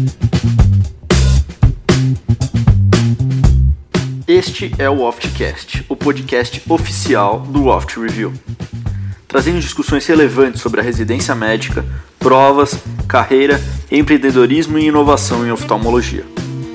Este é o Oftcast, o podcast oficial do Oft Review, trazendo discussões relevantes sobre a residência médica, provas, carreira, empreendedorismo e inovação em oftalmologia.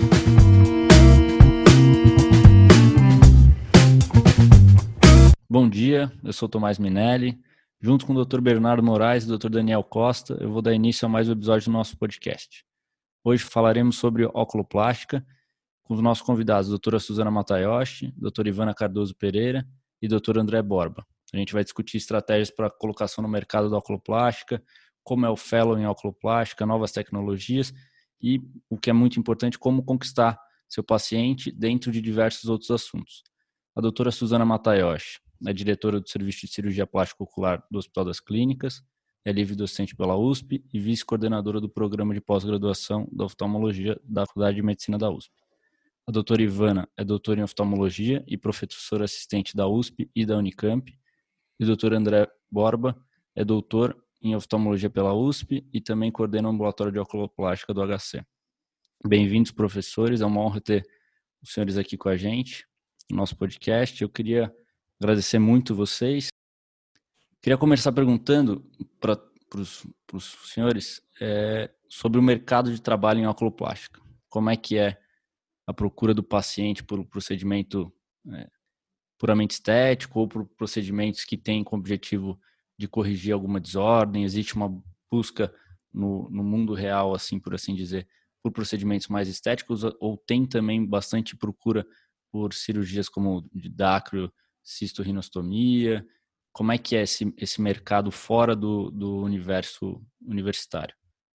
Bom dia, eu sou Tomás Minelli. Junto com o Dr. Bernardo Moraes e o Dr. Daniel Costa, eu vou dar início a mais um episódio do nosso podcast. Hoje falaremos sobre oculoplástica com os nossos convidados, a doutora Suzana Matayoshi, doutora Ivana Cardoso Pereira e doutor André Borba. A gente vai discutir estratégias para a colocação no mercado da oculoplástica, como é o fellow em oculoplástica, novas tecnologias e, o que é muito importante, como conquistar seu paciente dentro de diversos outros assuntos. A doutora Suzana Matayoshi é diretora do Serviço de Cirurgia Plástica Ocular do Hospital das Clínicas, é livre docente pela USP e vice-coordenadora do Programa de Pós-Graduação da Oftalmologia da Faculdade de Medicina da USP. A doutora Ivana é doutora em oftalmologia e professora assistente da USP e da Unicamp. E o doutor André Borba é doutor em oftalmologia pela USP e também coordena o ambulatório de oculoplástica do HC. Bem-vindos, professores. É uma honra ter os senhores aqui com a gente no nosso podcast. Eu queria agradecer muito vocês. Queria começar perguntando para os senhores sobre o mercado de trabalho em oculoplástica. Como é que é a procura do paciente por um procedimento puramente estético ou por procedimentos que têm como objetivo de corrigir alguma desordem? Existe uma busca no mundo real, assim, por assim dizer, por procedimentos mais estéticos, ou tem também bastante procura por cirurgias como de dácreo, cistorrinostomia? Como é que é esse mercado fora do universo universitário?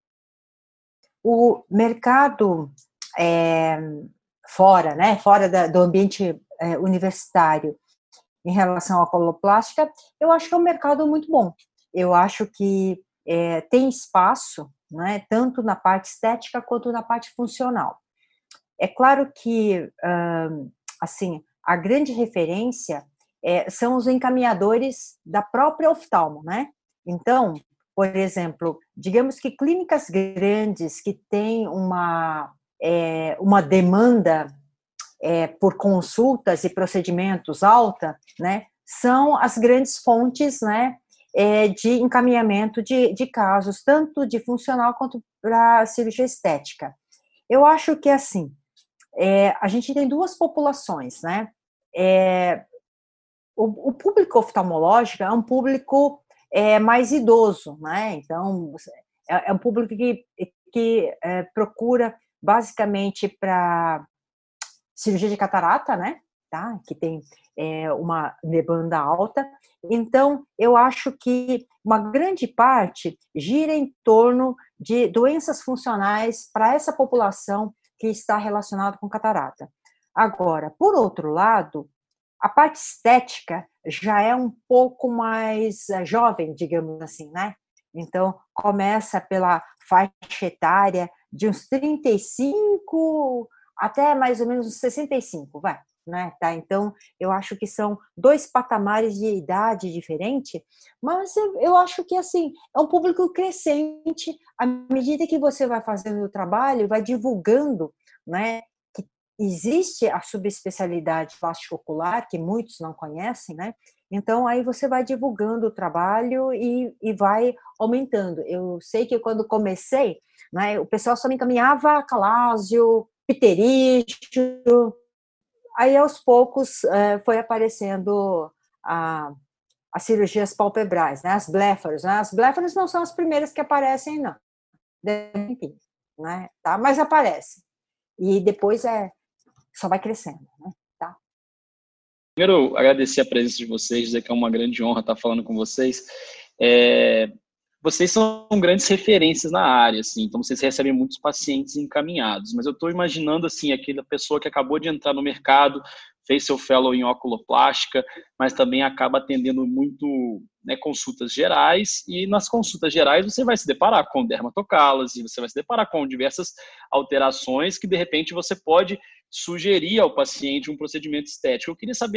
O mercado fora do ambiente universitário em relação à oculoplástica, eu acho que é um mercado muito bom. Eu acho que tem espaço, né, tanto na parte estética quanto na parte funcional. É claro que, assim, a grande referência são os encaminhadores da própria oftalmo, né? Então, por exemplo, digamos que clínicas grandes que têm uma demanda por consultas e procedimentos alta, né, são as grandes fontes, né, de encaminhamento de casos, tanto de funcional quanto para cirurgia estética. Eu acho que, assim, a gente tem duas populações, né? O público oftalmológico é um público mais idoso, né? Então, é um público que procura basicamente para cirurgia de catarata, né? Tá? Que tem uma demanda alta. Então, eu acho que uma grande parte gira em torno de doenças funcionais para essa população que está relacionada com catarata. Agora, por outro lado, a parte estética já é um pouco mais jovem, digamos assim, né? Então, começa pela faixa etária de uns 35 até mais ou menos uns 65, vai, né? Tá? Então, eu acho que são dois patamares de idade diferente, mas eu acho que, assim, é um público crescente à medida que você vai fazendo o trabalho, vai divulgando, né? Existe a subespecialidade plástica ocular, que muitos não conhecem, né? Então, aí você vai divulgando o trabalho e vai aumentando. Eu sei que quando comecei, né, o pessoal só me encaminhava calásio, pterígio, aí aos poucos foi aparecendo as cirurgias palpebrais, né, as bléfaros. Né? As bléfaros não são as primeiras que aparecem, não. Né? Tá? Mas aparecem. E depois só vai crescendo, né? Tá? Primeiro, agradecer a presença de vocês, dizer que é uma grande honra estar falando com vocês. Vocês são grandes referências na área, assim, então vocês recebem muitos pacientes encaminhados, mas eu estou imaginando, assim, aquela pessoa que acabou de entrar no mercado, fez seu fellow em oculoplástica, mas também acaba atendendo muito, né, consultas gerais, e nas consultas gerais você vai se deparar com dermatocálise, você vai se deparar com diversas alterações que, de repente, você pode sugerir ao paciente um procedimento estético. Eu queria saber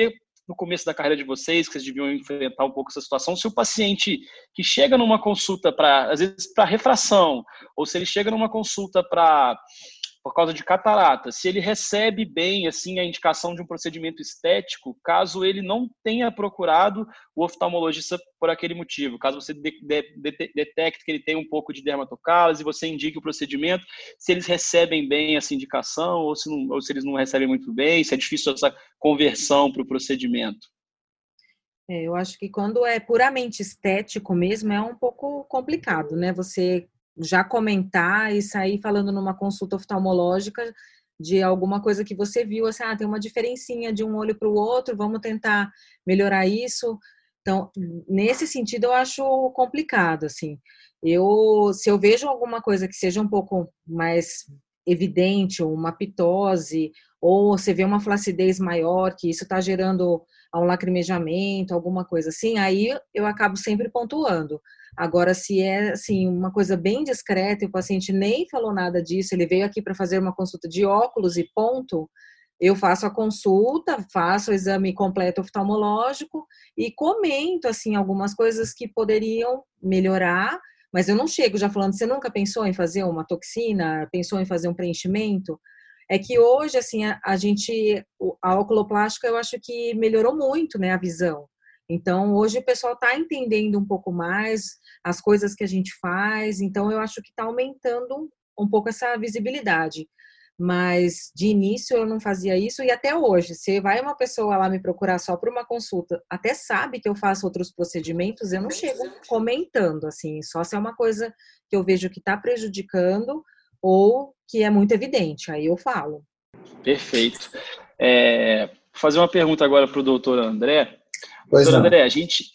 no começo da carreira de vocês, que vocês deviam enfrentar um pouco essa situação, se o paciente que chega numa consulta às vezes para refração, ou se ele chega numa consulta por causa de catarata, se ele recebe bem assim a indicação de um procedimento estético, caso ele não tenha procurado o oftalmologista por aquele motivo, caso você detecte que ele tem um pouco de dermatocálise e você indique o procedimento, se eles recebem bem essa indicação ou se eles não recebem muito bem, se é difícil essa conversão para o procedimento. Eu acho que quando é puramente estético mesmo, é um pouco complicado, né? Você já comentar e sair falando numa consulta oftalmológica de alguma coisa que você viu, assim, tem uma diferencinha de um olho para o outro, vamos tentar melhorar isso. Então, nesse sentido, eu acho complicado, assim. Se eu vejo alguma coisa que seja um pouco mais evidente, ou uma pitose, ou você vê uma flacidez maior, que isso está gerando um lacrimejamento, alguma coisa assim, aí eu acabo sempre pontuando. Agora, se é assim, uma coisa bem discreta e o paciente nem falou nada disso, ele veio aqui para fazer uma consulta de óculos e ponto, eu faço a consulta, faço o exame completo oftalmológico e comento assim algumas coisas que poderiam melhorar, mas eu não chego já falando, você nunca pensou em fazer uma toxina, pensou em fazer um preenchimento? É que hoje, assim, a oculoplástica eu acho que melhorou muito, né, a visão. Então, hoje o pessoal está entendendo um pouco mais as coisas que a gente faz, então eu acho que está aumentando um pouco essa visibilidade. Mas, de início, eu não fazia isso, e até hoje, se vai uma pessoa lá me procurar só para uma consulta, até sabe que eu faço outros procedimentos, eu não chego comentando, assim, só se é uma coisa que eu vejo que está prejudicando ou que é muito evidente, aí eu falo. Perfeito. Vou fazer uma pergunta agora para o doutor André. Pois Doutor não. André,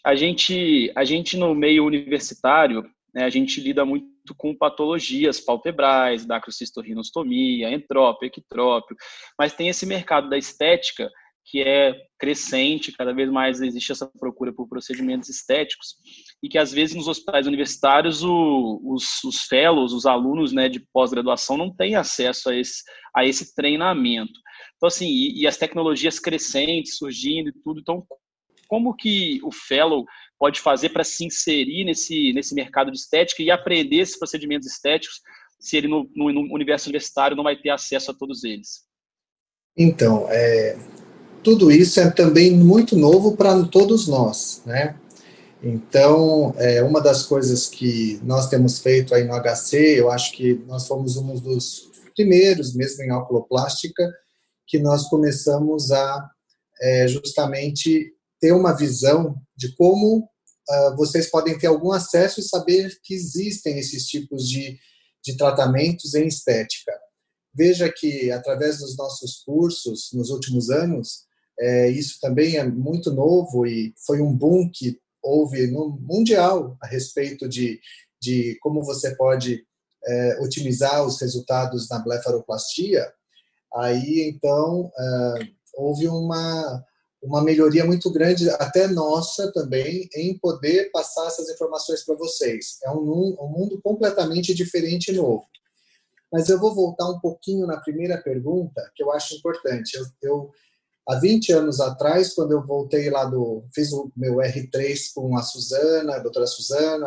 a gente no meio universitário, né, a gente lida muito com patologias palpebrais, dacrocistorrinostomia, entrópio, ectrópio, mas tem esse mercado da estética que é crescente, cada vez mais existe essa procura por procedimentos estéticos e que às vezes nos hospitais universitários os fellows, os alunos, né, de pós-graduação não têm acesso a esse treinamento. Então assim, e as tecnologias crescentes surgindo e tudo, então como que o fellow pode fazer para se inserir nesse mercado de estética e aprender esses procedimentos estéticos se ele no universo universitário não vai ter acesso a todos eles? Então, tudo isso é também muito novo para todos nós, né? Então, uma das coisas que nós temos feito aí no HC, eu acho que nós fomos um dos primeiros, mesmo em oculoplástica, que nós começamos a justamente ter uma visão de como vocês podem ter algum acesso e saber que existem esses tipos de tratamentos em estética. Veja que, através dos nossos cursos, nos últimos anos, isso também é muito novo e foi um boom que houve no mundial a respeito de como você pode otimizar os resultados na blefaroplastia. Aí, então, houve uma melhoria muito grande, até nossa também, em poder passar essas informações para vocês. É um mundo completamente diferente e novo. Mas eu vou voltar um pouquinho na primeira pergunta, que eu acho importante. Há 20 anos atrás, quando eu voltei lá fiz o meu R3 com a Suzana, a doutora Suzana,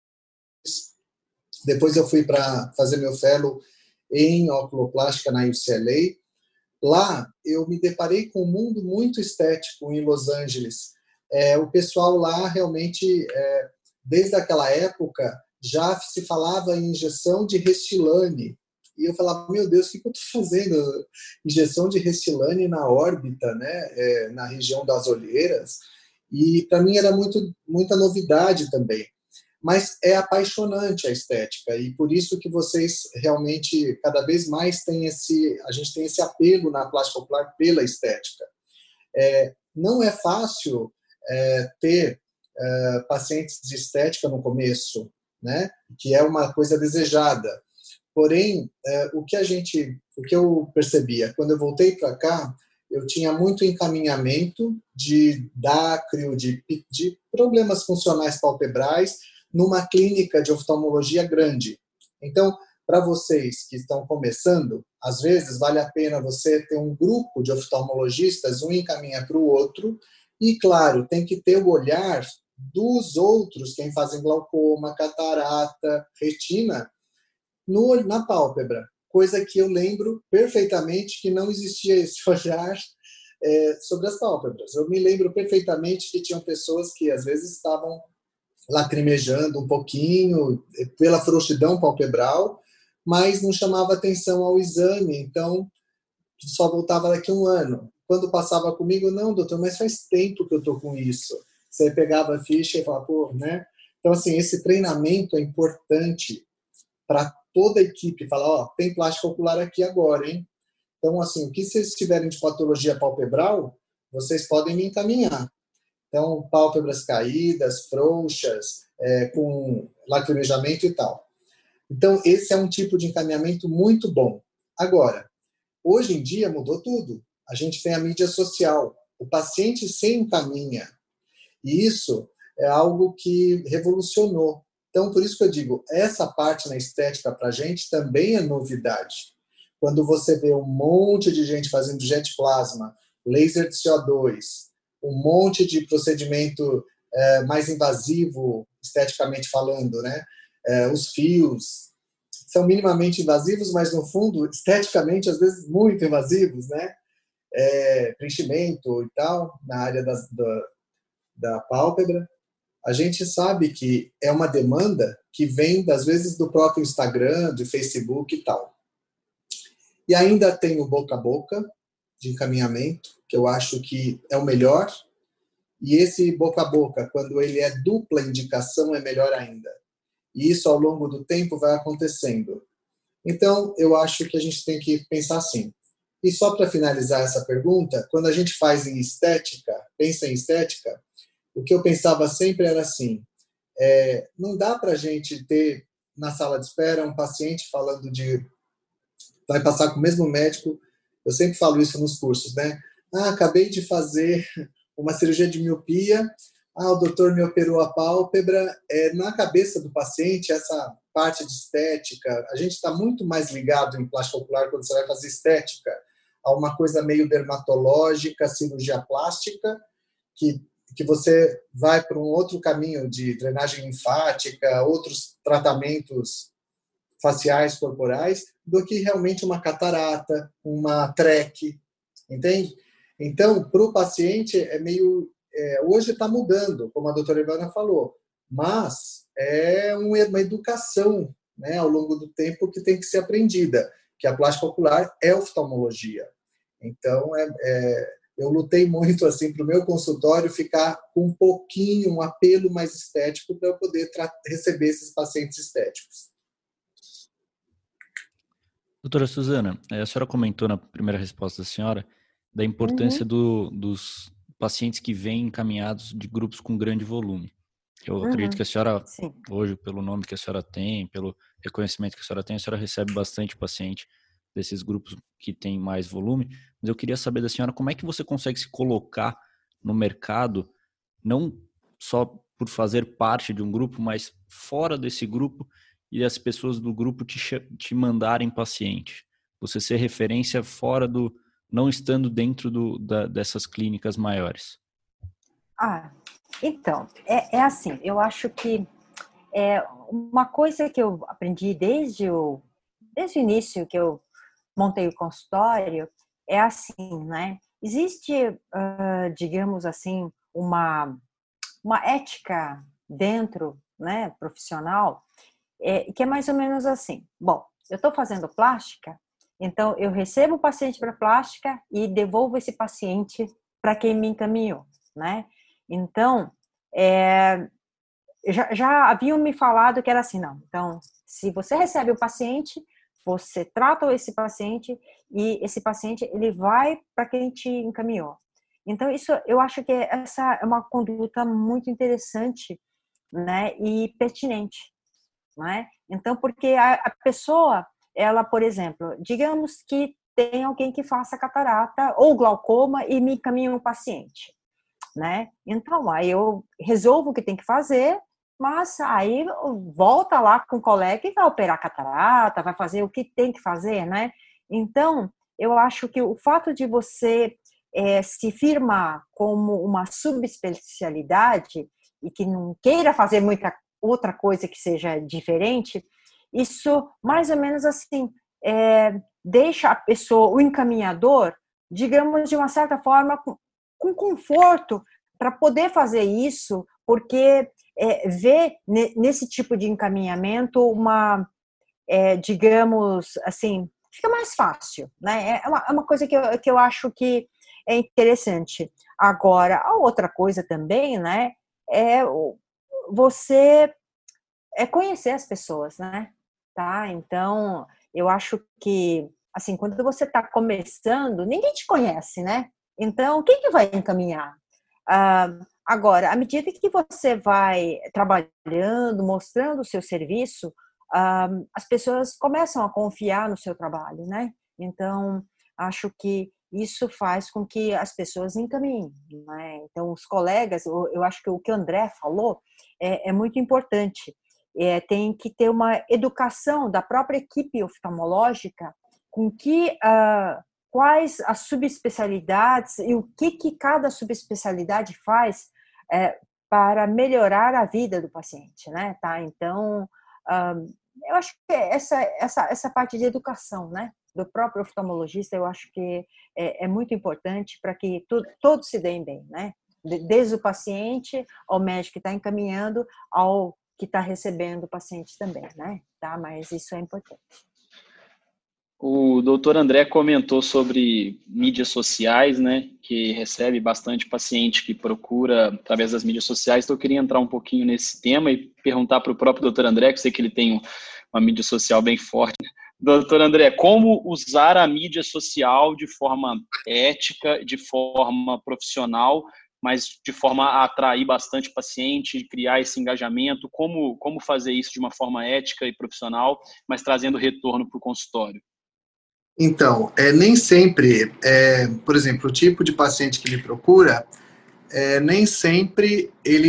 depois eu fui para fazer meu fellow em oculoplástica na UCLA. Lá, eu me deparei com um mundo muito estético em Los Angeles. O pessoal lá, realmente, desde aquela época, já se falava em injeção de Restylane. E eu falava, meu Deus, o que eu estou fazendo? Injeção de Restylane na órbita, né? Na região das olheiras. E, para mim, era muita novidade também. Mas é apaixonante a estética, e por isso que vocês realmente, cada vez mais, a gente tem esse apelo na plástica ocular pela estética. Não é fácil ter pacientes de estética no começo, né? Que é uma coisa desejada. Porém, o que eu percebia, quando eu voltei para cá, eu tinha muito encaminhamento de dácrio, de problemas funcionais palpebrais, numa clínica de oftalmologia grande. Então, para vocês que estão começando, às vezes vale a pena você ter um grupo de oftalmologistas, um encaminha para o outro, E, claro, tem que ter o olhar dos outros, quem fazem glaucoma, catarata, retina, na pálpebra, coisa que eu lembro perfeitamente que não existia esse olhar sobre as pálpebras. Eu me lembro perfeitamente que tinham pessoas que às vezes estavam lacrimejando um pouquinho pela frouxidão palpebral, mas não chamava atenção ao exame, então só voltava daqui a um ano. Quando passava comigo, não, doutor, mas faz tempo que eu estou com isso. Você pegava a ficha e falava, pô, né? Então, assim, esse treinamento é importante para toda a equipe, falar, ó, tem plástica ocular aqui agora, hein? Então, assim, o que vocês tiverem de patologia palpebral, vocês podem me encaminhar. Então, pálpebras caídas, frouxas, com lacrimejamento e tal. Então, esse é um tipo de encaminhamento muito bom. Agora, hoje em dia mudou tudo. A gente tem a mídia social. O paciente se encaminha. E isso é algo que revolucionou. Então, por isso que eu digo, essa parte na estética para a gente também é novidade. Quando você vê um monte de gente fazendo jet plasma, laser de CO2, um monte de procedimento mais invasivo, esteticamente falando, né? Os fios são minimamente invasivos, mas no fundo, esteticamente, às vezes muito invasivos, né? Preenchimento e tal, na área da pálpebra. A gente sabe que é uma demanda que vem, às vezes, do próprio Instagram, do Facebook e tal. E ainda tem o boca a boca de encaminhamento, que eu acho que é o melhor. E esse boca a boca, quando ele é dupla indicação, é melhor ainda. E isso, ao longo do tempo, vai acontecendo. Então, eu acho que a gente tem que pensar assim. E só para finalizar essa pergunta, quando a gente faz em estética, pensa em estética, o que eu pensava sempre era assim, não dá para a gente ter na sala de espera um paciente falando vai passar com o mesmo médico, eu sempre falo isso nos cursos, né? Acabei de fazer uma cirurgia de miopia, o doutor me operou a pálpebra. Na cabeça do paciente, essa parte de estética, a gente está muito mais ligado em plástica ocular quando você vai fazer estética, a uma coisa meio dermatológica, cirurgia plástica, que você vai para um outro caminho de drenagem linfática, outros tratamentos faciais, corporais, do que realmente uma catarata, uma TREC, entende? Então, para o paciente, hoje está mudando, como a doutora Ivana falou, mas é uma educação, né, ao longo do tempo que tem que ser aprendida, que a plástica ocular é oftalmologia. Então, eu lutei muito assim para o meu consultório ficar com um pouquinho, um apelo mais estético para eu poder receber esses pacientes estéticos. Doutora Suzana, a senhora comentou na primeira resposta da senhora da importância dos pacientes que vêm encaminhados de grupos com grande volume. Eu acredito que a senhora, sim, hoje, pelo nome que a senhora tem, pelo reconhecimento que a senhora recebe bastante paciente desses grupos que têm mais volume, mas eu queria saber da senhora como é que você consegue se colocar no mercado, não só por fazer parte de um grupo, mas fora desse grupo e as pessoas do grupo te mandarem paciente. Você ser referência fora não estando dentro dessas clínicas maiores. Então, é assim, eu acho que uma coisa que eu aprendi desde o início que eu montei o consultório, é assim, né? Existe, digamos assim, uma ética dentro, né, profissional, que é mais ou menos assim. Bom, eu estou fazendo plástica, então eu recebo o paciente para plástica e devolvo esse paciente para quem me encaminhou, né? Então, já haviam me falado que era assim, não. Então, se você recebe o paciente, você trata esse paciente e esse paciente ele vai para quem te encaminhou. Então, isso eu acho que essa é uma conduta muito interessante, né, e pertinente, né? Então, porque a pessoa, ela, por exemplo, digamos que tem alguém que faça catarata ou glaucoma e me encaminha um paciente, né? Então, aí eu resolvo o que tem que fazer, mas aí volta lá com o colega e vai operar catarata, vai fazer o que tem que fazer, né? Então, eu acho que o fato de você se firmar como uma subespecialidade e que não queira fazer muita outra coisa que seja diferente, isso mais ou menos assim deixa a pessoa, o encaminhador, digamos, de uma certa forma, com conforto para poder fazer isso, porque vê nesse tipo de encaminhamento digamos assim, fica mais fácil, né? É uma coisa que eu acho que é interessante. Agora, a outra coisa também, né, é você conhecer as pessoas, né? Tá? Então, eu acho que, assim, quando você está começando, ninguém te conhece, né? Então, quem que vai encaminhar? Agora, à medida que você vai trabalhando, mostrando o seu serviço, as pessoas começam a confiar no seu trabalho, né? Então, acho que isso faz com que as pessoas encaminhem, né? Então, os colegas, eu acho que o que o André falou é muito importante. Tem que ter uma educação da própria equipe oftalmológica com quais as subespecialidades e o que cada subespecialidade faz para melhorar a vida do paciente, né? Tá? Então, eu acho que essa parte de educação, né, do próprio oftalmologista, eu acho que é muito importante para que todos se deem bem, né? Desde o paciente ao médico que está encaminhando, ao que está recebendo o paciente também, né? Tá? Mas isso é importante. O doutor André comentou sobre mídias sociais, né, que recebe bastante paciente que procura através das mídias sociais, então eu queria entrar um pouquinho nesse tema e perguntar para o próprio doutor André, que eu sei que ele tem uma mídia social bem forte. Doutor André, como usar a mídia social de forma ética, de forma profissional, mas de forma a atrair bastante paciente, criar esse engajamento, como fazer isso de uma forma ética e profissional, mas trazendo retorno para o consultório? Então, nem sempre, por exemplo, o tipo de paciente que me procura, nem sempre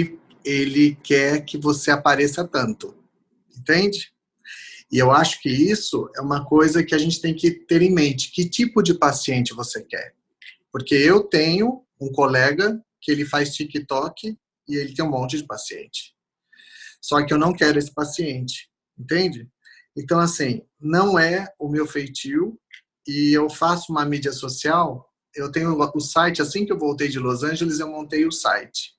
ele quer que você apareça tanto, entende? E eu acho que isso é uma coisa que a gente tem que ter em mente. Que tipo de paciente você quer? Porque eu tenho um colega que ele faz TikTok e ele tem um monte de paciente. Só que eu não quero esse paciente, entende? Então, assim, não é o meu feitio. E eu faço uma mídia social, eu tenho o site, assim que eu voltei de Los Angeles, eu montei o site.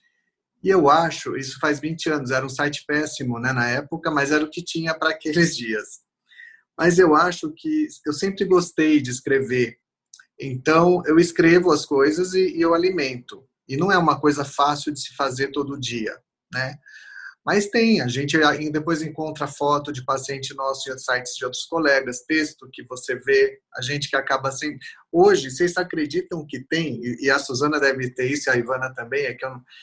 E eu acho, isso faz 20 anos, era um site péssimo, né, na época, mas era o que tinha para aqueles dias. Mas eu acho que eu sempre gostei de escrever. Então, eu escrevo as coisas e eu alimento. E não é uma coisa fácil de se fazer todo dia, né? Mas a gente depois encontra foto de paciente nosso em sites de outros colegas, texto que você vê, a gente que acaba assim. Hoje, vocês acreditam que tem, e a Suzana deve ter isso, e a Ivana também,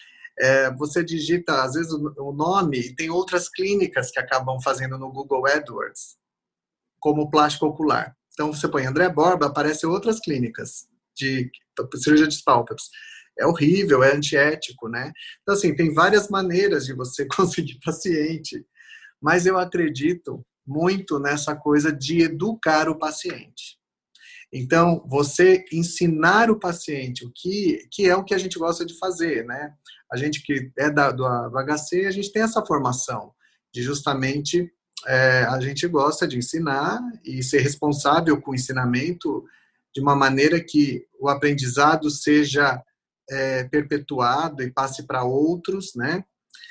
você digita, às vezes, o nome, e tem outras clínicas que acabam fazendo no Google AdWords, como plástico ocular. Então, você põe André Borba, aparecem outras clínicas de cirurgia de pálpebras. É horrível, é antiético, né? Então, assim, tem várias maneiras de você conseguir paciente, mas eu acredito muito nessa coisa de educar o paciente. Então, você ensinar o paciente o que é o que a gente gosta de fazer, né? A gente que é do HC, a gente tem essa formação de justamente a gente gosta de ensinar e ser responsável com o ensinamento de uma maneira que o aprendizado seja perpetuado e passe para outros, né?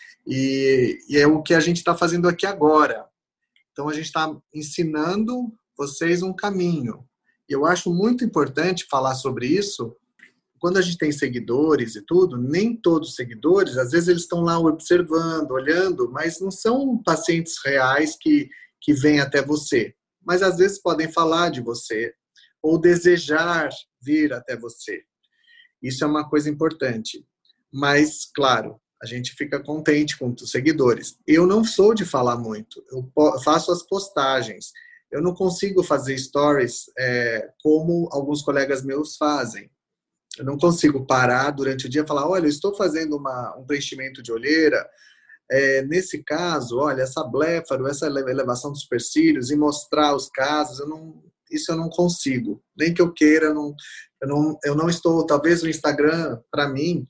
E é o que a gente está fazendo aqui agora. Então, a gente está ensinando vocês um caminho. E eu acho muito importante falar sobre isso. Quando a gente tem seguidores e tudo, nem todos os seguidores, às vezes eles estão lá observando, olhando, mas não são pacientes reais que vêm até você. Mas às vezes podem falar de você ou desejar vir até você. Isso é uma coisa importante. Mas, claro, a gente fica contente com os seguidores. Eu não sou de falar muito. Eu faço as postagens. Eu não consigo fazer stories como alguns colegas meus fazem. Eu não consigo parar durante o dia e falar, olha, eu estou fazendo um preenchimento de olheira. Nesse caso, olha, essa bléfaro, essa elevação dos supercílios e mostrar os casos. isso eu não consigo, nem que eu queira, eu não estou, talvez o Instagram, para mim,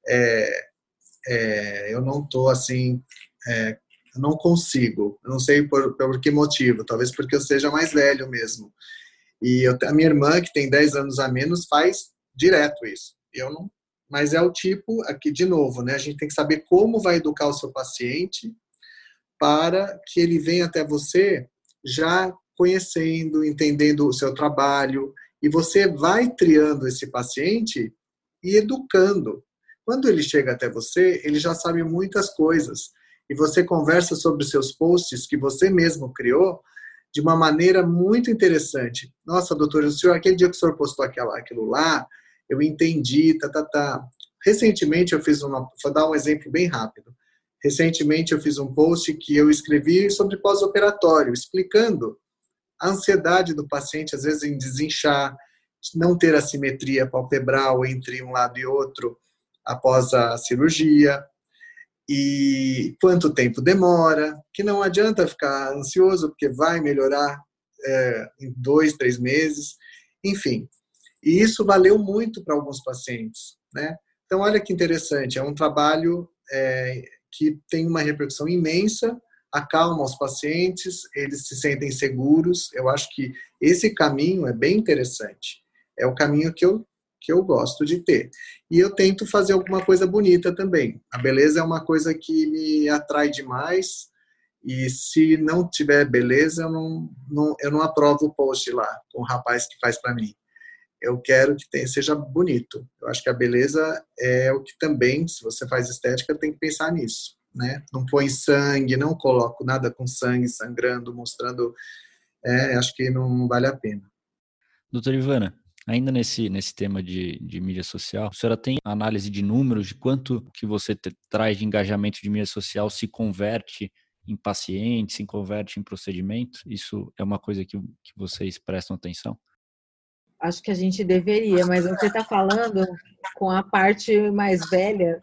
eu não estou assim, eu não consigo, eu não sei por que motivo, talvez porque eu seja mais velho mesmo. E a minha irmã, que tem 10 anos a menos, faz direto isso. Eu não, mas é o tipo, aqui de novo, né? A gente tem que saber como vai educar o seu paciente para que ele venha até você já conhecendo, entendendo o seu trabalho, e você vai triando esse paciente e educando. Quando ele chega até você, ele já sabe muitas coisas, e você conversa sobre os seus posts que você mesmo criou de uma maneira muito interessante. Nossa, doutor, o senhor, aquele dia que o senhor postou aquilo lá, eu entendi, tá. Recentemente eu fiz vou dar um exemplo bem rápido. Recentemente eu fiz um post que eu escrevi sobre pós-operatório, explicando a ansiedade do paciente, às vezes, em desinchar, não ter assimetria palpebral entre um lado e outro após a cirurgia, e quanto tempo demora, que não adianta ficar ansioso, porque vai melhorar em 2, 3 meses, enfim. E isso valeu muito para alguns pacientes, né? Então, olha que interessante, é um trabalho que tem uma repercussão imensa, acalma os pacientes, eles se sentem seguros. Eu acho que esse caminho é bem interessante. É o caminho que eu gosto de ter. E eu tento fazer alguma coisa bonita também. A beleza é uma coisa que me atrai demais, e se não tiver beleza, eu não aprovo o post lá com o rapaz que faz para mim. Eu quero que seja bonito. Eu acho que a beleza é o que também, se você faz estética, tem que pensar nisso, né? Não põe sangue, não coloco nada com sangue sangrando, mostrando. Acho que não vale a pena. Doutora Ivana, ainda nesse tema de mídia social, a senhora tem análise de números de quanto que você traz de engajamento de mídia social se converte em paciente, se converte em procedimento? Isso é uma coisa que vocês prestam atenção? Acho que a gente deveria, mas você está falando com a parte mais velha.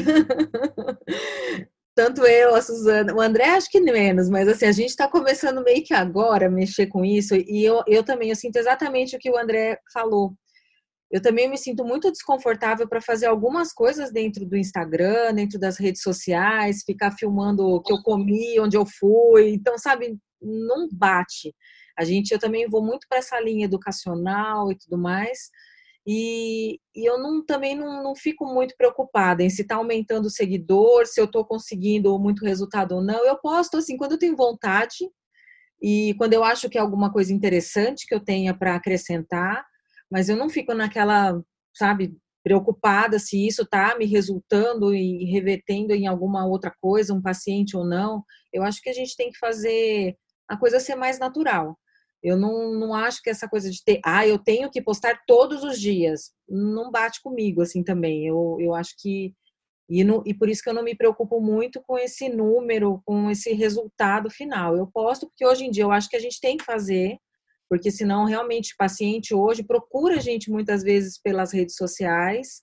Tanto eu, a Suzana, o André acho que menos, mas assim, a gente está começando meio que agora a mexer com isso, e eu também, eu sinto exatamente o que o André falou. Eu também me sinto muito desconfortável para fazer algumas coisas dentro do Instagram, dentro das redes sociais, ficar filmando o que eu comi, onde eu fui. Então, sabe, não bate. Eu também vou muito para essa linha educacional e tudo mais. E eu também não fico muito preocupada em se está aumentando o seguidor, se eu estou conseguindo muito resultado ou não. Eu posto assim quando eu tenho vontade e quando eu acho que é alguma coisa interessante que eu tenha para acrescentar, mas eu não fico naquela, sabe, preocupada se isso está me resultando e revertendo em alguma outra coisa, um paciente ou não. Eu acho que a gente tem que fazer a coisa ser mais natural. Eu não acho que essa coisa de eu tenho que postar todos os dias, não bate comigo assim também. Eu acho que e por isso que eu não me preocupo muito com esse número, com esse resultado final. Eu posto porque hoje em dia eu acho que a gente tem que fazer, porque senão realmente o paciente hoje procura a gente muitas vezes pelas redes sociais,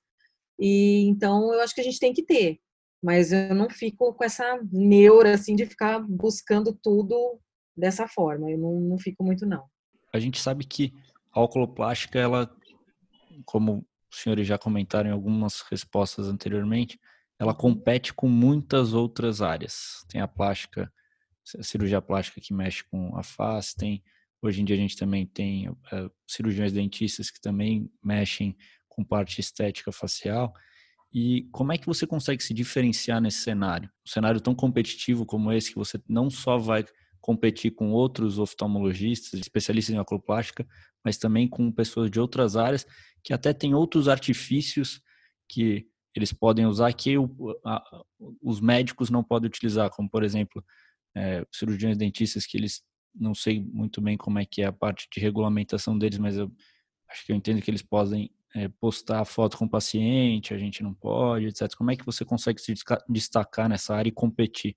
e então eu acho que a gente tem que ter. Mas eu não fico com essa neura assim de ficar buscando tudo dessa forma. Eu não fico muito, não. A gente sabe que a oculoplástica, ela, como os senhores já comentaram em algumas respostas anteriormente, ela compete com muitas outras áreas. Tem a plástica, a cirurgia plástica que mexe com a face, hoje em dia a gente também tem cirurgiões dentistas que também mexem com parte estética facial. E como é que você consegue se diferenciar nesse cenário? Um cenário tão competitivo como esse, que você não só vai competir com outros oftalmologistas, especialistas em oculoplástica, mas também com pessoas de outras áreas que até têm outros artifícios que eles podem usar que os médicos não podem utilizar, como, por exemplo, cirurgiões dentistas que eles, não sei muito bem como é que é a parte de regulamentação deles, mas eu acho que eu entendo que eles podem postar foto com o paciente, a gente não pode, etc. Como é que você consegue se destacar nessa área e competir?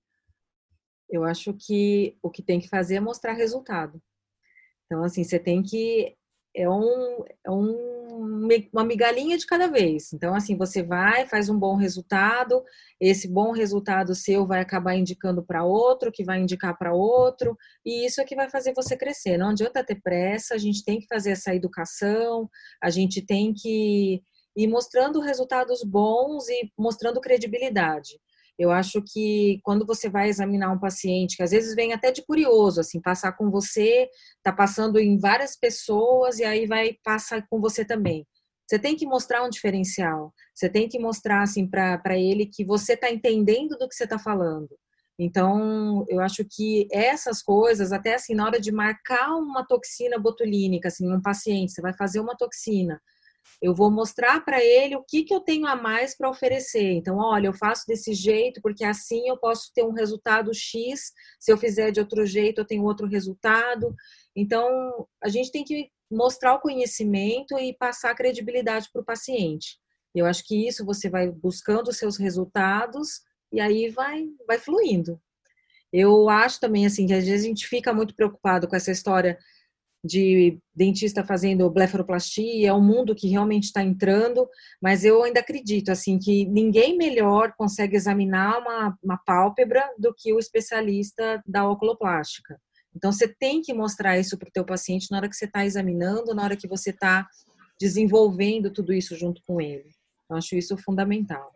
Eu acho que o que tem que fazer é mostrar resultado. Então, assim, você tem que... É um uma migalhinha de cada vez. Então, assim, você vai, faz um bom resultado, esse bom resultado seu vai acabar indicando para outro, que vai indicar para outro, e isso é que vai fazer você crescer. Não adianta ter pressa, a gente tem que fazer essa educação, a gente tem que ir mostrando resultados bons e mostrando credibilidade. Eu acho que quando você vai examinar um paciente, que às vezes vem até de curioso, assim, passar com você, tá passando em várias pessoas e aí vai passar com você também. Você tem que mostrar um diferencial. Você tem que mostrar, assim, para ele que você está entendendo do que você está falando. Então, eu acho que essas coisas, até assim, na hora de marcar uma toxina botulínica, assim, um paciente, você vai fazer uma toxina, eu vou mostrar para ele o que eu tenho a mais para oferecer. Então, olha, eu faço desse jeito porque assim eu posso ter um resultado X. Se eu fizer de outro jeito, eu tenho outro resultado. Então, a gente tem que mostrar o conhecimento e passar a credibilidade para o paciente. Eu acho que isso você vai buscando os seus resultados e aí vai fluindo. Eu acho também assim que às vezes a gente fica muito preocupado com essa história de dentista fazendo blefaroplastia, é um mundo que realmente está entrando, mas eu ainda acredito assim que ninguém melhor consegue examinar uma pálpebra do que o especialista da oculoplástica. Então você tem que mostrar isso para o teu paciente na hora que você está examinando, na hora que você está desenvolvendo tudo isso junto com ele. Eu acho isso fundamental.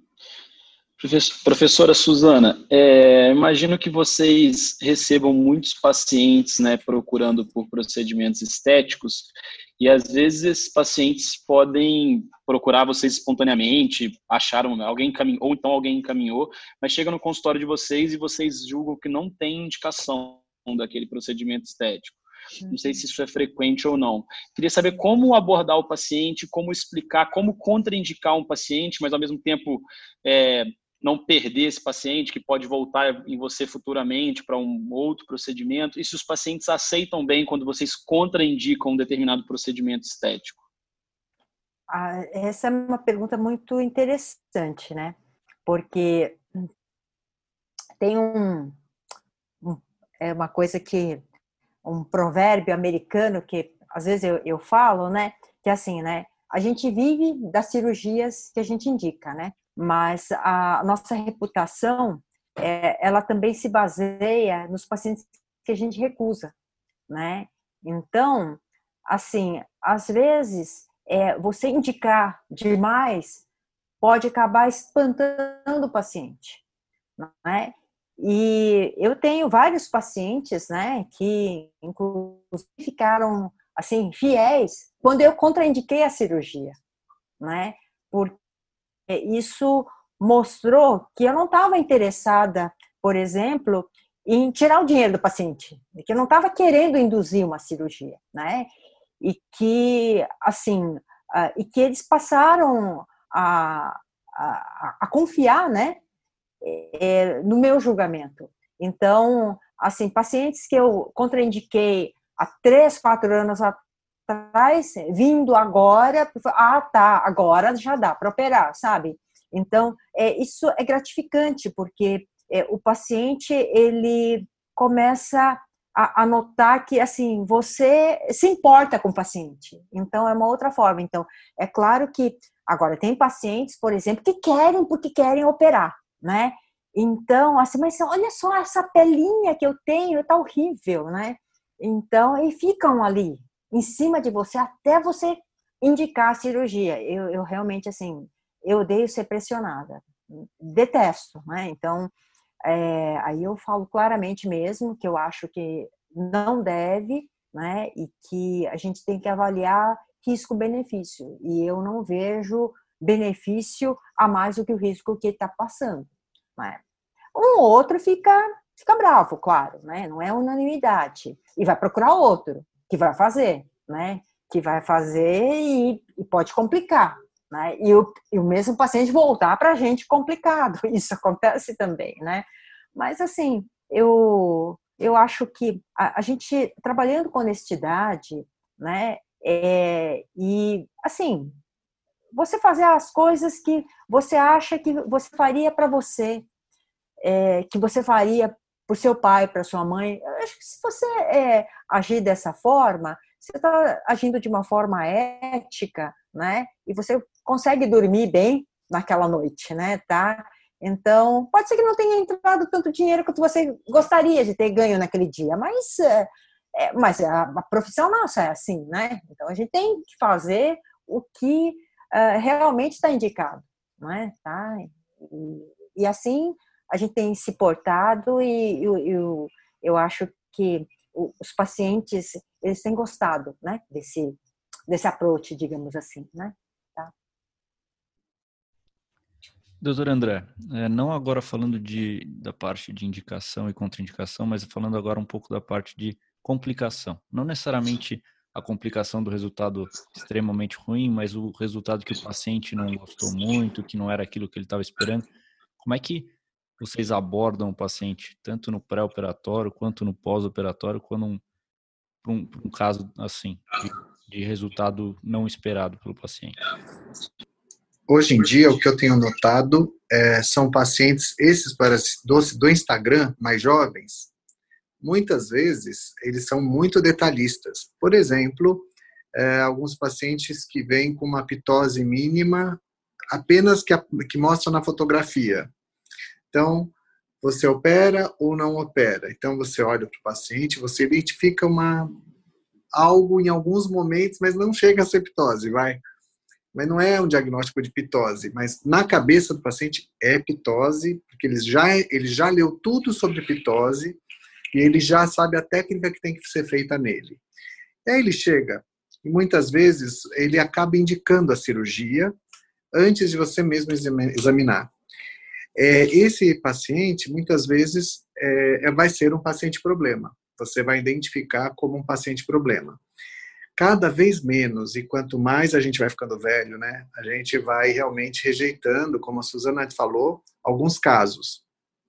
Professora Suzana, imagino que vocês recebam muitos pacientes, né, procurando por procedimentos estéticos, e às vezes esses pacientes podem procurar vocês espontaneamente, acharam alguém encaminhou, ou então alguém encaminhou, mas chega no consultório de vocês e vocês julgam que não tem indicação daquele procedimento estético. Não sei se isso é frequente ou não. Queria saber como abordar o paciente, como explicar, como contraindicar um paciente, mas ao mesmo tempo não perder esse paciente que pode voltar em você futuramente para um outro procedimento. E se os pacientes aceitam bem quando vocês contraindicam um determinado procedimento estético? Essa é uma pergunta muito interessante, né? Porque tem uma coisa que um provérbio americano que às vezes eu falo, né? Que é assim, né? A gente vive das cirurgias que a gente indica, né? Mas a nossa reputação, ela também se baseia nos pacientes que a gente recusa, né? Então, assim, às vezes, você indicar demais pode acabar espantando o paciente, né? E eu tenho vários pacientes, né, que inclusive ficaram, assim, fiéis quando eu contraindiquei a cirurgia, né? Porque isso mostrou que eu não estava interessada, por exemplo, em tirar o dinheiro do paciente, que eu não estava querendo induzir uma cirurgia, né? E que, assim, e que eles passaram a confiar, né, no meu julgamento. Então, assim, pacientes que eu contraindiquei há 3, 4 anos atrás, vindo agora, tá, agora já dá para operar, sabe? Então, isso é gratificante, porque o paciente, ele começa a notar que, assim, você se importa com o paciente. Então, é uma outra forma. Então, é claro que, agora, tem pacientes, por exemplo, que querem porque querem operar, né? Então, assim, mas olha só essa pelinha que eu tenho, tá horrível, né? Então, e ficam ali, em cima de você, até você indicar a cirurgia. Eu realmente, assim, eu odeio ser pressionada. Detesto, né? Então, aí eu falo claramente mesmo que eu acho que não deve, né? E que a gente tem que avaliar risco-benefício. E eu não vejo benefício a mais do que o risco que está passando. Né? Um ou outro fica bravo, claro, né? Não é unanimidade. E vai procurar outro que vai fazer, né? Que vai fazer e pode complicar, né? E o mesmo paciente voltar para a gente complicado. Isso acontece também, né? Mas, assim, eu acho que a gente, trabalhando com honestidade, né? E, assim, você fazer as coisas que você acha que você faria para você, que você faria para o seu pai, para sua mãe. Eu acho que se você agir dessa forma, você está agindo de uma forma ética, né? E você consegue dormir bem naquela noite, né? Tá? Então, pode ser que não tenha entrado tanto dinheiro quanto você gostaria de ter ganho naquele dia, mas a profissão nossa é assim, né? Então, a gente tem que fazer o que realmente está indicado, né? Tá? E assim a gente tem se portado e eu acho que os pacientes, eles têm gostado, né? Desse approach, digamos assim, né? Tá? Doutor André, não agora falando da parte de indicação e contraindicação, mas falando agora um pouco da parte de complicação. Não necessariamente a complicação do resultado extremamente ruim, mas o resultado que o paciente não gostou muito, que não era aquilo que ele estava esperando. Como é que vocês abordam o paciente, tanto no pré-operatório, quanto no pós-operatório, quando um caso assim, de resultado não esperado pelo paciente? Hoje em dia, o que eu tenho notado são pacientes, esses do Instagram, mais jovens, muitas vezes eles são muito detalhistas. Por exemplo, alguns pacientes que vêm com uma pitose mínima, apenas que mostra na fotografia. Então, você opera ou não opera? Então, você olha para o paciente, você identifica algo em alguns momentos, mas não chega a ser pitose, vai. Mas não é um diagnóstico de pitose, mas na cabeça do paciente é pitose, porque ele já leu tudo sobre pitose e ele já sabe a técnica que tem que ser feita nele. E aí ele chega, e muitas vezes ele acaba indicando a cirurgia antes de você mesmo examinar. Esse paciente, muitas vezes, vai ser um paciente problema. Você vai identificar como um paciente problema. Cada vez menos, e quanto mais a gente vai ficando velho, né, a gente vai realmente rejeitando, como a Suzana falou, alguns casos.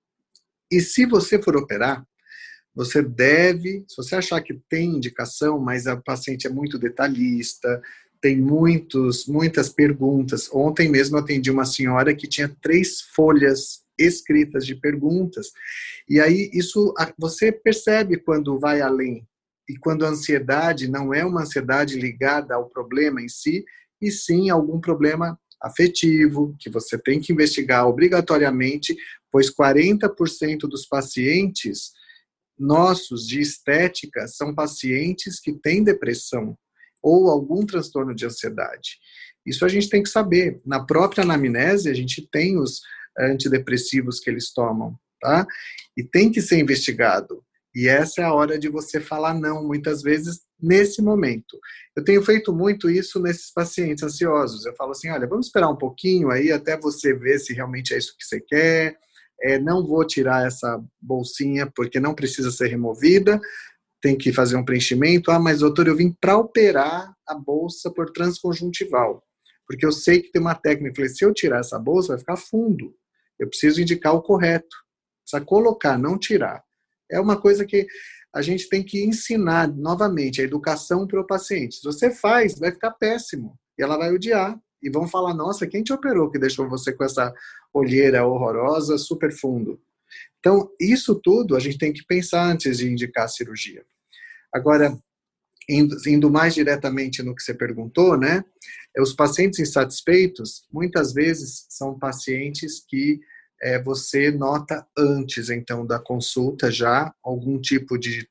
E se você for operar, você deve, se você achar que tem indicação, mas a paciente é muito detalhista, tem muitas perguntas. Ontem mesmo eu atendi uma senhora que tinha 3 folhas escritas de perguntas. E aí isso você percebe quando vai além. E quando a ansiedade não é uma ansiedade ligada ao problema em si, e sim algum problema afetivo, que você tem que investigar obrigatoriamente, pois 40% dos pacientes nossos de estética são pacientes que têm depressão ou algum transtorno de ansiedade. Isso a gente tem que saber. Na própria anamnese, a gente tem os antidepressivos que eles tomam, tá? E tem que ser investigado. E essa é a hora de você falar não, muitas vezes, nesse momento. Eu tenho feito muito isso nesses pacientes ansiosos. Eu falo assim, olha, vamos esperar um pouquinho aí até você ver se realmente é isso que você quer. Não vou tirar essa bolsinha porque não precisa ser removida, tem que fazer um preenchimento. Ah, mas doutor, eu vim para operar a bolsa por transconjuntival, porque eu sei que tem uma técnica. Eu falei, se eu tirar essa bolsa, vai ficar fundo. Eu preciso indicar o correto. Precisa colocar, não tirar. É uma coisa que a gente tem que ensinar novamente, a educação para o paciente. Se você faz, vai ficar péssimo. E ela vai odiar. E vão falar, nossa, quem te operou que deixou você com essa olheira horrorosa, super fundo? Então, isso tudo a gente tem que pensar antes de indicar a cirurgia. Agora, indo mais diretamente no que você perguntou, né? Os pacientes insatisfeitos, muitas vezes, são pacientes que você nota antes, então, da consulta já algum tipo de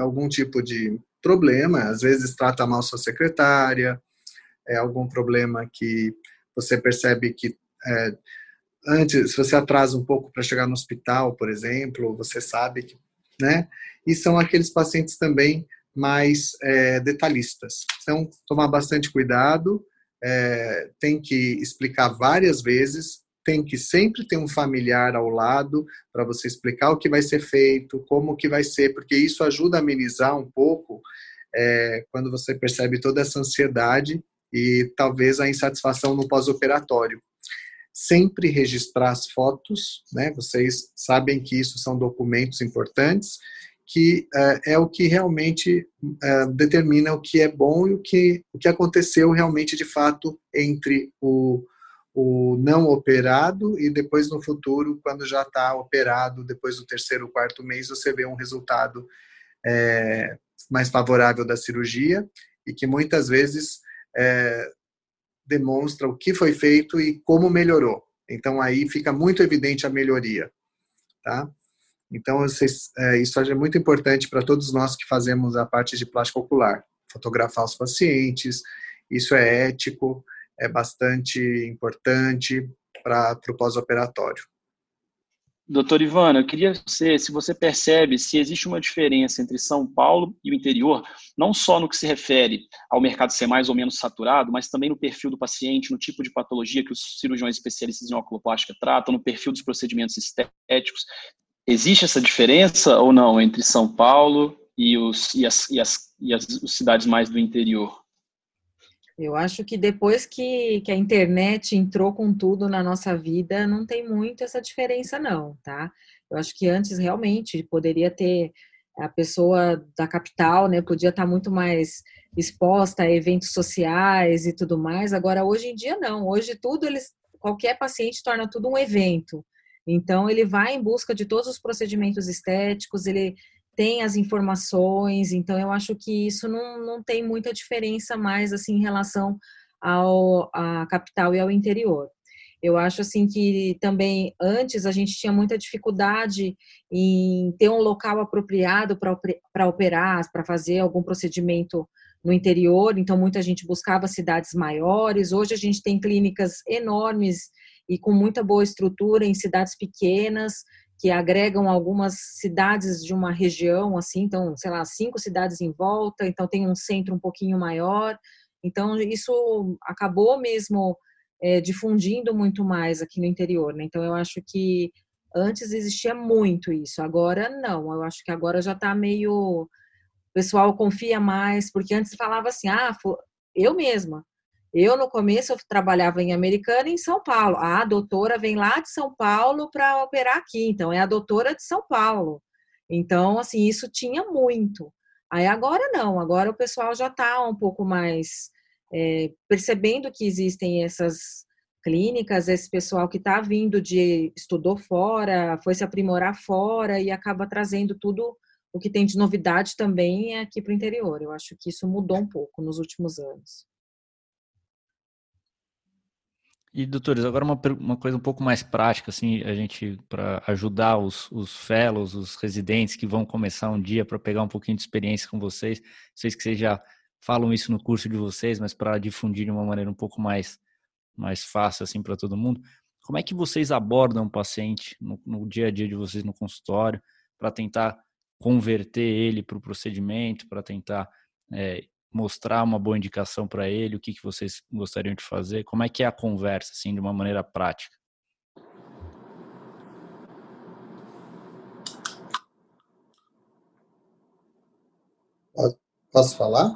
problema. Às vezes trata mal sua secretária, algum problema que você percebe que antes, se você atrasa um pouco para chegar no hospital, por exemplo, você sabe que, né? E são aqueles pacientes também mais detalhistas. Então, tomar bastante cuidado, tem que explicar várias vezes, tem que sempre ter um familiar ao lado para você explicar o que vai ser feito, como que vai ser, porque isso ajuda a amenizar um pouco quando você percebe toda essa ansiedade e talvez a insatisfação no pós-operatório. Sempre registrar as fotos, né? Vocês sabem que isso são documentos importantes, que é o que realmente determina o que é bom e o que aconteceu realmente de fato entre o o não operado e depois no futuro, quando já está operado, depois do terceiro, quarto mês, você vê um resultado mais favorável da cirurgia e que muitas vezes demonstra o que foi feito e como melhorou. Então, aí fica muito evidente a melhoria, tá? Então, isso é muito importante para todos nós que fazemos a parte de plástica ocular. Fotografar os pacientes, isso é ético, é bastante importante para o pós-operatório. Doutor Ivana, eu queria saber se você percebe se existe uma diferença entre São Paulo e o interior, não só no que se refere ao mercado ser mais ou menos saturado, mas também no perfil do paciente, no tipo de patologia que os cirurgiões especialistas em oculoplástica tratam, no perfil dos procedimentos estéticos. Existe essa diferença ou não entre São Paulo e as cidades mais do interior? Eu acho que depois que a internet entrou com tudo na nossa vida, não tem muito essa diferença não, tá? Eu acho que antes realmente poderia ter a pessoa da capital, né, podia estar muito mais exposta a eventos sociais e tudo mais. Agora, hoje em dia não. Hoje qualquer paciente torna tudo um evento. Então, ele vai em busca de todos os procedimentos estéticos, ele tem as informações, então eu acho que isso não tem muita diferença mais assim em relação à capital e ao interior. Eu acho assim que também antes a gente tinha muita dificuldade em ter um local apropriado para operar, para fazer algum procedimento no interior, então muita gente buscava cidades maiores. Hoje a gente tem clínicas enormes e com muita boa estrutura em cidades pequenas, que agregam algumas cidades de uma região, assim, então, sei lá, 5 cidades em volta, então tem um centro um pouquinho maior. Então, isso acabou mesmo difundindo muito mais aqui no interior, né? Então, eu acho que antes existia muito isso, agora não. Eu acho que agora já está meio... O pessoal confia mais, porque antes falava assim, eu mesma. No começo, eu trabalhava em Americana e em São Paulo. A doutora vem lá de São Paulo para operar aqui. Então, é a doutora de São Paulo. Então, assim, isso tinha muito. Aí, agora não. Agora o pessoal já está um pouco mais percebendo que existem essas clínicas, esse pessoal que está vindo estudou fora, foi se aprimorar fora e acaba trazendo tudo o que tem de novidade também aqui para o interior. Eu acho que isso mudou um pouco nos últimos anos. E, doutores, agora uma coisa um pouco mais prática, assim, para ajudar os fellows, os residentes que vão começar um dia para pegar um pouquinho de experiência com vocês. Sei que vocês já falam isso no curso de vocês, mas para difundir de uma maneira um pouco mais fácil, assim, para todo mundo. Como é que vocês abordam o paciente no dia a dia de vocês no consultório para tentar converter ele para o procedimento, para tentar mostrar uma boa indicação para ele, o que vocês gostariam de fazer? Como é que é a conversa, assim, de uma maneira prática? Posso falar?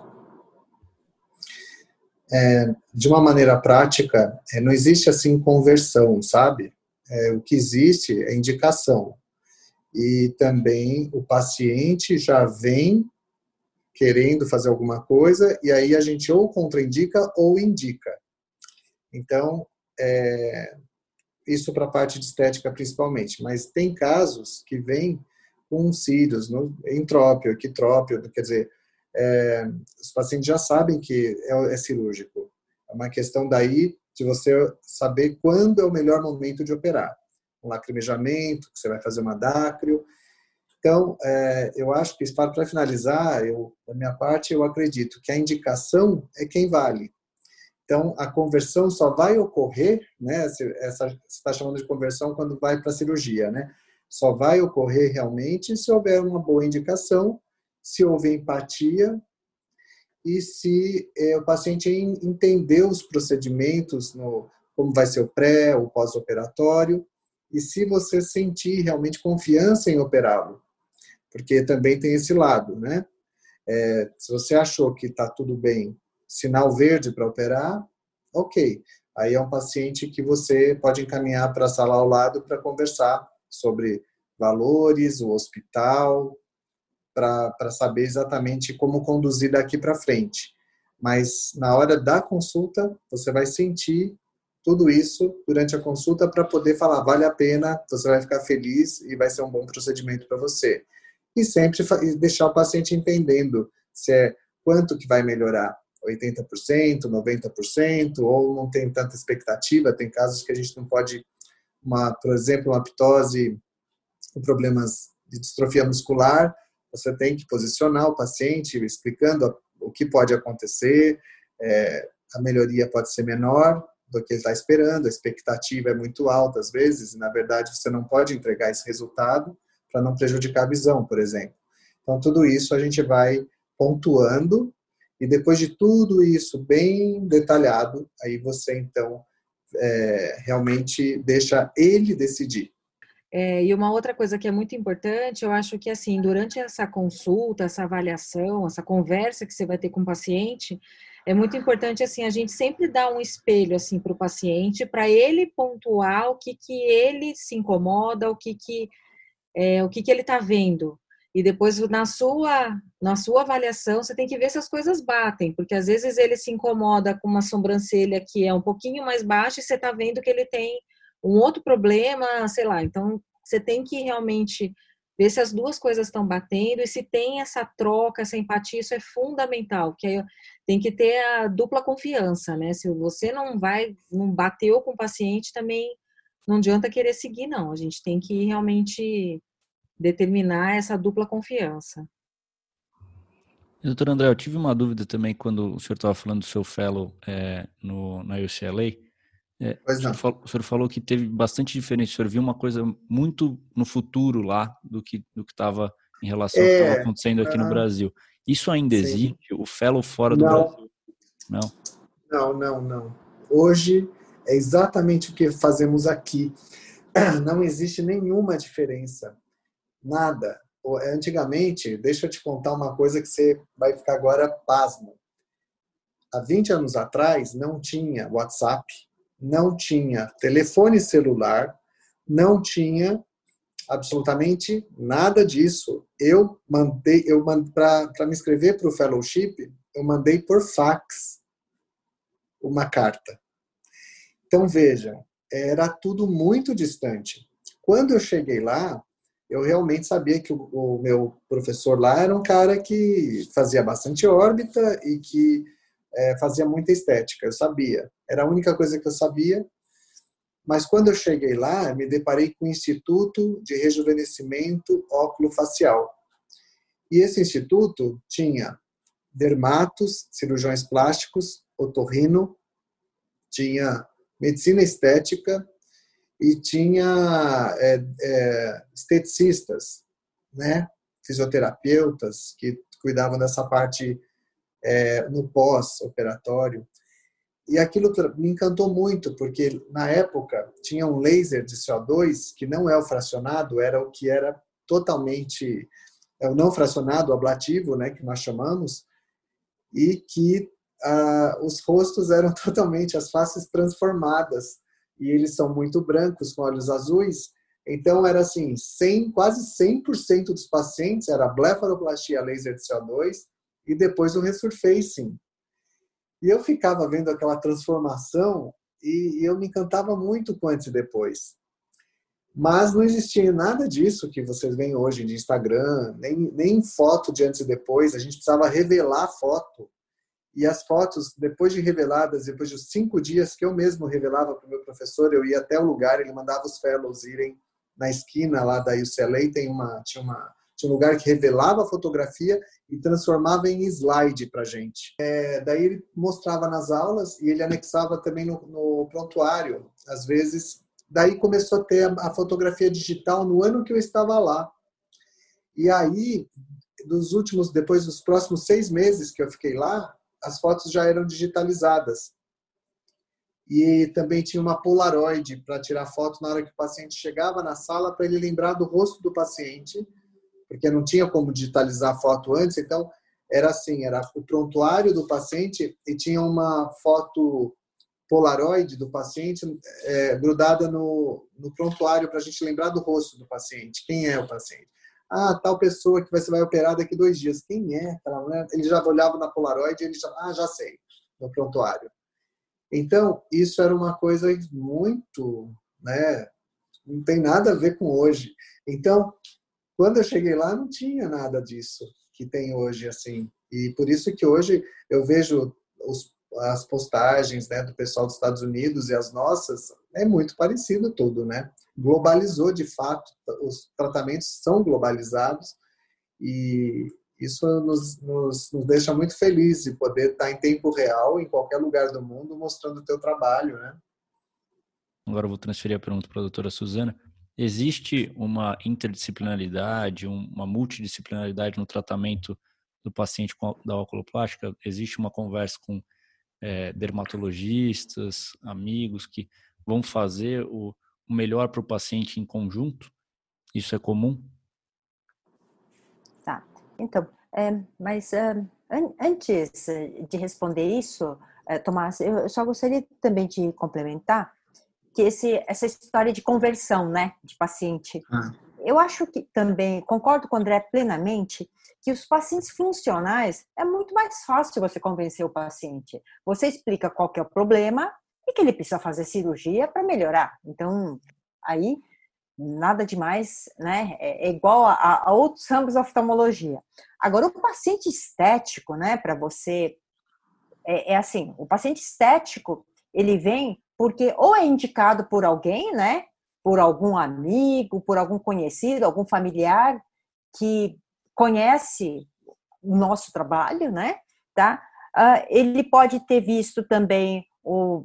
De uma maneira prática, não existe assim conversão, sabe? O que existe é indicação. E também o paciente já vem querendo fazer alguma coisa, e aí a gente ou contraindica ou indica. Então, isso para a parte de estética principalmente, mas tem casos que vêm com cílios, entrópio, equitrópio, quer dizer, os pacientes já sabem que é cirúrgico. É uma questão daí de você saber quando é o melhor momento de operar. Um lacrimejamento, que você vai fazer uma dácrio. Então, eu acho que, para finalizar, da minha parte, eu acredito que a indicação é quem vale. Então, a conversão só vai ocorrer, né? Você está chamando de conversão quando vai para a cirurgia, né? Só vai ocorrer realmente se houver uma boa indicação, se houver empatia e se o paciente entender os procedimentos, como vai ser o pré, o pós-operatório, e se você sentir realmente confiança em operá-lo. Porque também tem esse lado, né? Se você achou que está tudo bem, sinal verde para operar, ok. Aí é um paciente que você pode encaminhar para a sala ao lado para conversar sobre valores, o hospital, para saber exatamente como conduzir daqui para frente. Mas na hora da consulta, você vai sentir tudo isso durante a consulta para poder falar, vale a pena, você vai ficar feliz e vai ser um bom procedimento para você. E sempre deixar o paciente entendendo se é quanto que vai melhorar, 80%, 90%, ou não tem tanta expectativa. Tem casos que a gente não pode, por exemplo, uma ptose com problemas de distrofia muscular, você tem que posicionar o paciente explicando o que pode acontecer, a melhoria pode ser menor do que ele está esperando, a expectativa é muito alta às vezes, e na verdade você não pode entregar esse resultado para não prejudicar a visão, por exemplo. Então tudo isso a gente vai pontuando, e depois de tudo isso bem detalhado, aí você então realmente deixa ele decidir. E uma outra coisa que é muito importante, eu acho que assim, durante essa consulta, essa avaliação, essa conversa que você vai ter com o paciente, é muito importante assim, a gente sempre dar um espelho assim para o paciente, para ele pontuar o que ele se incomoda, o que ele está vendo. E depois, na sua avaliação, você tem que ver se as coisas batem, porque às vezes ele se incomoda com uma sobrancelha que é um pouquinho mais baixa e você está vendo que ele tem um outro problema, sei lá. Então, você tem que realmente ver se as duas coisas estão batendo e se tem essa troca, essa empatia, isso é fundamental, porque aí tem que ter a dupla confiança, né? Se você não bateu com o paciente, também não adianta querer seguir, não. A gente tem que realmente determinar essa dupla confiança. Doutor André, eu tive uma dúvida também quando o senhor estava falando do seu fellow na UCLA. O senhor falou que teve bastante diferença, o senhor viu uma coisa muito no futuro lá do que estava em relação ao que estava acontecendo aqui no Brasil. Isso ainda existe? O fellow fora do Brasil? Não. Hoje é exatamente o que fazemos aqui. Não existe nenhuma diferença. Nada. Antigamente, deixa eu te contar uma coisa que você vai ficar agora pasmo. Há 20 anos atrás, não tinha WhatsApp, não tinha telefone celular, não tinha absolutamente nada disso. Eu mandei para me inscrever para o fellowship, eu mandei por fax uma carta. Então, veja, era tudo muito distante. Quando eu cheguei lá, eu realmente sabia que o meu professor lá era um cara que fazia bastante órbita e que fazia muita estética. Eu sabia. Era a única coisa que eu sabia. Mas quando eu cheguei lá, me deparei com o Instituto de Rejuvenescimento Óculo-Facial. E esse instituto tinha dermatos, cirurgiões plásticos, otorrino, tinha medicina estética, e tinha esteticistas, né? Fisioterapeutas que cuidavam dessa parte no pós-operatório. E aquilo me encantou muito, porque na época tinha um laser de CO2 que não é o fracionado, era o que era totalmente o não fracionado, ablativo, né, que nós chamamos, e que os rostos eram totalmente, as faces transformadas, e eles são muito brancos, com olhos azuis. Então, era assim, quase 100% dos pacientes era blefaroplastia laser de CO2 e depois o resurfacing. E eu ficava vendo aquela transformação e eu me encantava muito com antes e depois. Mas não existia nada disso que vocês veem hoje de Instagram, nem foto de antes e depois. A gente precisava revelar a foto. E as fotos, depois de reveladas, depois de 5 dias que eu mesmo revelava para o meu professor, eu ia até o lugar, ele mandava os fellows irem na esquina lá da UCLA, tinha um lugar que revelava a fotografia e transformava em slide para a gente. Daí ele mostrava nas aulas e ele anexava também no prontuário, às vezes. Daí começou a ter a fotografia digital no ano que eu estava lá. E aí, depois dos próximos 6 meses que eu fiquei lá, as fotos já eram digitalizadas. E também tinha uma Polaroid para tirar foto na hora que o paciente chegava na sala, para ele lembrar do rosto do paciente, porque não tinha como digitalizar a foto antes. Então, era assim, era o prontuário do paciente e tinha uma foto Polaroid do paciente grudada no prontuário para a gente lembrar do rosto do paciente. Quem é o paciente? Tal pessoa que você vai operar daqui 2 dias. Quem é aquela mulher? Ele já olhava na Polaroid e ele já sei, no prontuário. Então, isso era uma coisa muito, né, não tem nada a ver com hoje. Então, quando eu cheguei lá, não tinha nada disso que tem hoje, assim. E por isso que hoje eu vejo as postagens, né, do pessoal dos Estados Unidos e as nossas, é muito parecido tudo, né? Globalizou, de fato, os tratamentos são globalizados e isso nos deixa muito felizes de poder estar em tempo real, em qualquer lugar do mundo, mostrando o teu trabalho, né? Agora eu vou transferir a pergunta para a doutora Suzana. Existe uma interdisciplinaridade, uma multidisciplinaridade no tratamento do paciente da oculoplástica? Existe uma conversa com dermatologistas, amigos que vão fazer o melhor para o paciente em conjunto? Isso é comum? Tá. Então, mas antes de responder isso, Tomás, eu só gostaria também de complementar que essa história de conversão, né, de paciente. Eu acho que também, concordo com o André plenamente, que os pacientes funcionais é muito mais fácil você convencer o paciente. Você explica qual que é o problema e que ele precisa fazer cirurgia para melhorar. Então, aí, nada demais, né? É igual a outros ramos da oftalmologia. Agora, o paciente estético, né, para você, assim, o paciente estético, ele vem porque ou é indicado por alguém, né, por algum amigo, por algum conhecido, algum familiar que conhece o nosso trabalho, né, tá? Ele pode ter visto também o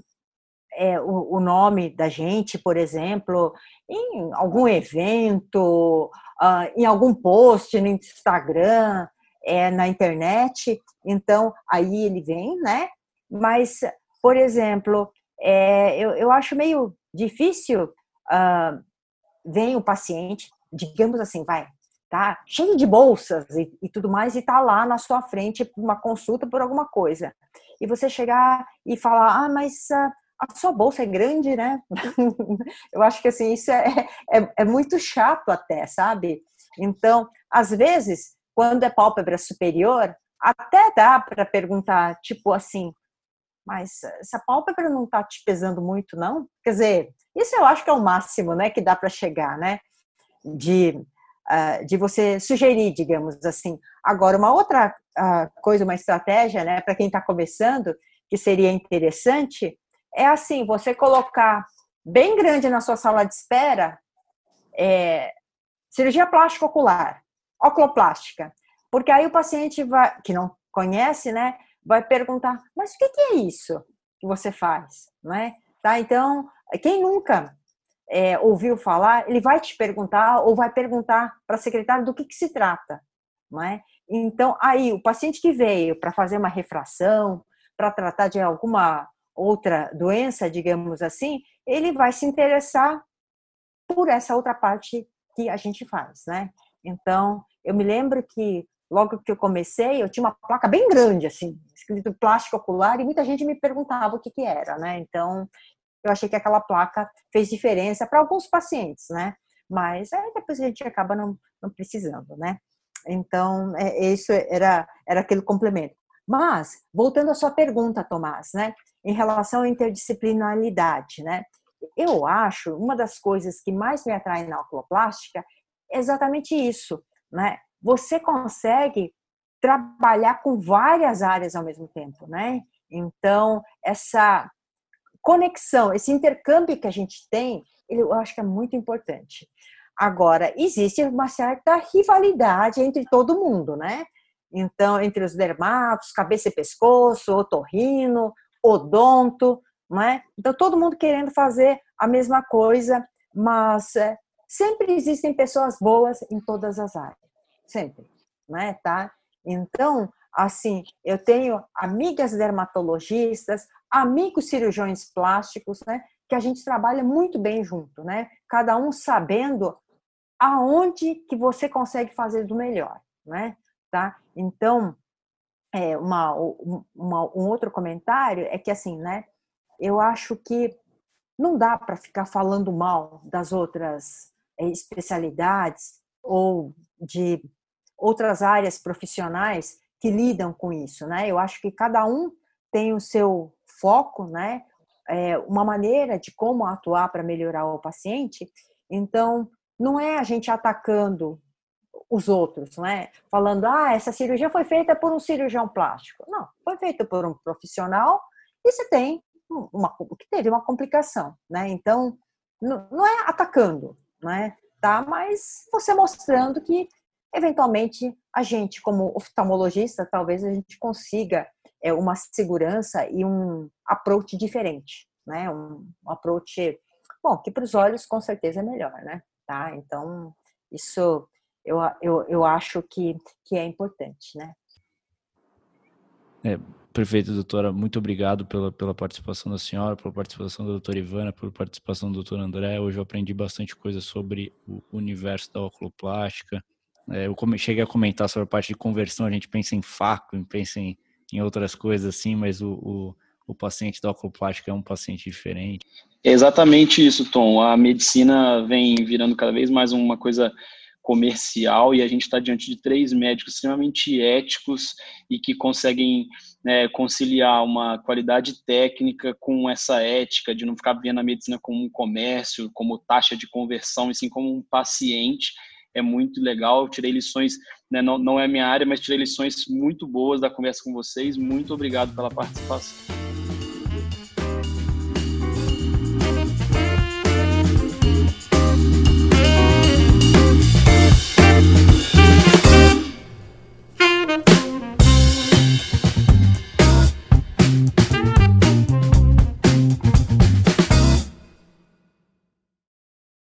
nome da gente, por exemplo, em algum evento, em algum post no Instagram, na internet, então aí ele vem, né? Mas, por exemplo, eu acho meio difícil, vem o paciente, digamos assim, tá cheio de bolsas e tudo mais, e tá lá na sua frente uma consulta por alguma coisa. E você chegar e falar, mas a sua bolsa é grande, né? Eu acho que assim, isso é muito chato até, sabe? Então, às vezes, quando é pálpebra superior, até dá para perguntar, tipo assim, mas essa pálpebra não está te pesando muito, não? Quer dizer, isso eu acho que é o máximo, né, que dá para chegar, né? De você sugerir, digamos assim. Agora, uma outra coisa, uma estratégia, né, para quem está começando, que seria interessante, é assim, você colocar bem grande na sua sala de espera, cirurgia plástica ocular, oculoplástica, porque aí o paciente que não conhece, né, vai perguntar, mas o que é isso que você faz, né? Tá? Então, quem nunca ouviu falar, ele vai te perguntar ou vai perguntar para a secretária do que se trata, não é? Então, aí, o paciente que veio para fazer uma refração, para tratar de alguma outra doença, digamos assim, ele vai se interessar por essa outra parte que a gente faz, né? Então, eu me lembro que logo que eu comecei, eu tinha uma placa bem grande, assim, escrito plástico ocular, e muita gente me perguntava o que era, né? Então, eu achei que aquela placa fez diferença para alguns pacientes, né? Mas depois a gente acaba não precisando, né? Então, isso era aquele complemento. Mas, voltando à sua pergunta, Tomás, né? Em relação à interdisciplinaridade, né? Eu acho, uma das coisas que mais me atrai na oculoplástica é exatamente isso, né? Você consegue trabalhar com várias áreas ao mesmo tempo, né? Então, essa conexão, esse intercâmbio que a gente tem, eu acho que é muito importante. Agora, existe uma certa rivalidade entre todo mundo, né? Então, entre os dermatos, cabeça e pescoço, otorrino, odonto, não é? Então, todo mundo querendo fazer a mesma coisa, mas sempre existem pessoas boas em todas as áreas, sempre, né? Tá? Então, assim, eu tenho amigas dermatologistas, amigos cirurgiões plásticos, né? Que a gente trabalha muito bem junto, né? Cada um sabendo aonde que você consegue fazer do melhor, né? Tá? Então, um outro comentário é que, assim, né? Eu acho que não dá para ficar falando mal das outras especialidades ou de outras áreas profissionais que lidam com isso, né? Eu acho que cada um tem o seu foco, né? Uma maneira de como atuar para melhorar o paciente. Então, não é a gente atacando os outros, não é? Falando, essa cirurgia foi feita por um cirurgião plástico. Não, foi feita por um profissional e você tem que teve uma complicação, né? Então, não é atacando, não é? Tá? Mas você mostrando que, eventualmente, a gente, como oftalmologista, talvez a gente consiga uma segurança e um approach diferente, né? Um approach, bom, que para os olhos com certeza é melhor, né? Tá? Então, isso eu acho que é importante, né? Perfeito, doutora. Muito obrigado pela participação da senhora, pela participação da doutora Ivana, pela participação do doutor André. Hoje eu aprendi bastante coisa sobre o universo da oculoplástica. Eu cheguei a comentar sobre a parte de conversão, a gente pensa em faco, pensa em outras coisas assim, mas o paciente da oculoplástica é um paciente diferente. É exatamente isso, Tom. A medicina vem virando cada vez mais uma coisa comercial e a gente está diante de 3 médicos extremamente éticos e que conseguem conciliar uma qualidade técnica com essa ética de não ficar vendo a medicina como um comércio, como taxa de conversão, e sim como um paciente. É muito legal, tirei lições, né, não é minha área, mas tirei lições muito boas da conversa com vocês. Muito obrigado pela participação.